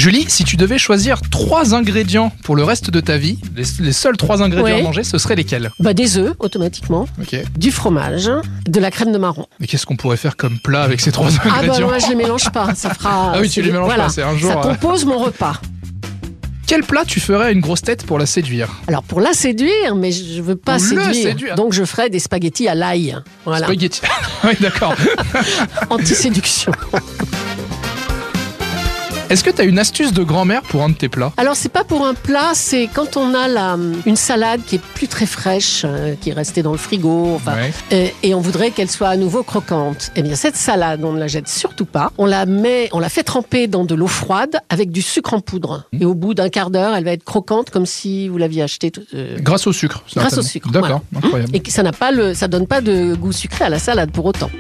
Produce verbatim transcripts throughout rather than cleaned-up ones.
Julie, si tu devais choisir trois ingrédients pour le reste de ta vie, les, les seuls trois ingrédients Ouais. à manger, ce seraient lesquels? Bah, des œufs, automatiquement, Ok. du fromage, de la crème de marron. Mais qu'est-ce qu'on pourrait faire comme plat avec ces trois Ah bah ingrédients? moi je les mélange pas, ça fera... Ah oui, tu c'est- les mélanges voilà. pas, c'est un jour, Ça euh. compose mon repas. Quel plat tu ferais à une grosse tête pour la séduire? Alors pour la séduire, mais je veux pas Ou le séduire, séduire. donc je ferai des spaghettis à l'ail. Voilà, Spaghetti. Oui, d'accord. anti-séduction. Est-ce que tu as une astuce de grand-mère pour un de tes plats? Alors c'est pas pour un plat, c'est quand on a la, une salade qui est plus très fraîche, euh, qui est restée dans le frigo, enfin, Ouais. et, et on voudrait qu'elle soit à nouveau croquante. Eh bien cette salade, on ne la jette surtout pas. On la met, on la fait tremper dans de l'eau froide avec du sucre en poudre. Mmh. Et au bout d'un quart d'heure, elle va être croquante comme si vous l'aviez achetée. euh, Grâce au sucre. Grâce certainement. au sucre, D'accord, incroyable. Et que ça n'a pas le, ça donne pas de goût sucré à la salade pour autant.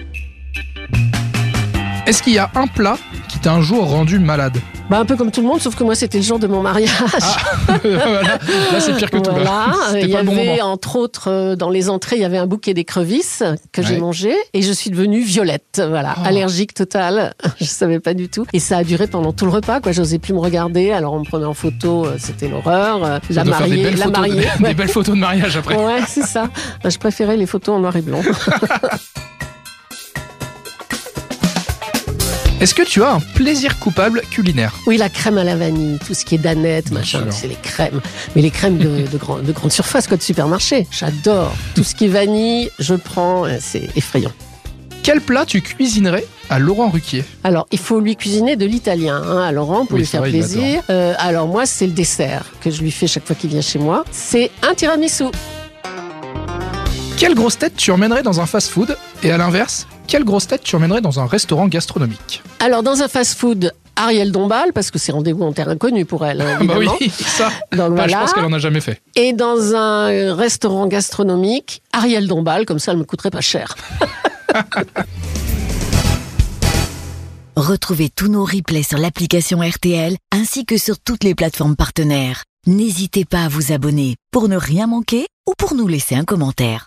Est-ce qu'il y a un plat qui t'a un jour rendu malade? Bah un peu comme tout le monde, sauf que moi c'était le jour de mon mariage. Voilà. Là, c'est pire que tout. Voilà, Là. C'était il y pas le bon avait moment. entre autres euh, dans les entrées, il y avait un bouquet d'écrevisses que j'ai Ouais. mangé et je suis devenue violette, voilà, Oh. allergique totale. Je savais pas du tout et ça a duré pendant tout le repas, quoi. J'osais plus me regarder, alors on me prenait en photo, euh, c'était l'horreur. Euh, Ça La doit faire des mariée, belles la photos de- mariée. des ouais. belles photos de mariage après. Ouais, c'est ça. Bah, je préférais les photos en noir et blanc. Est-ce que tu as un plaisir coupable culinaire? Oui, la crème à la vanille, tout ce qui est danette, Bien machin, sûr. c'est les crèmes. Mais les crèmes de, de, grand- de grande surface, quoi, de supermarché. J'adore. Tout ce qui est vanille, je prends, euh, c'est effrayant. Quel plat tu cuisinerais à Laurent Ruquier? Alors, il faut lui cuisiner de l'italien, hein, à Laurent, pour Oui, lui c'est faire vrai, il plaisir. Euh, alors, moi, c'est le dessert que je lui fais chaque fois qu'il vient chez moi. C'est un tiramisu. Quelle grosse tête tu emmènerais dans un fast-food? Et à l'inverse, quelle grosse tête tu emmènerais dans un restaurant gastronomique? Alors, dans un fast-food, Ariel Dombal, parce que c'est rendez-vous en terre inconnue pour elle, hein, Bah oui, évidemment. ça. Donc, Bah, je voilà. pense qu'elle en a jamais fait. Et dans un restaurant gastronomique, Ariel Dombal, comme ça, elle me coûterait pas cher. Retrouvez tous nos replays sur l'application R T L ainsi que sur toutes les plateformes partenaires. N'hésitez pas à vous abonner pour ne rien manquer ou pour nous laisser un commentaire.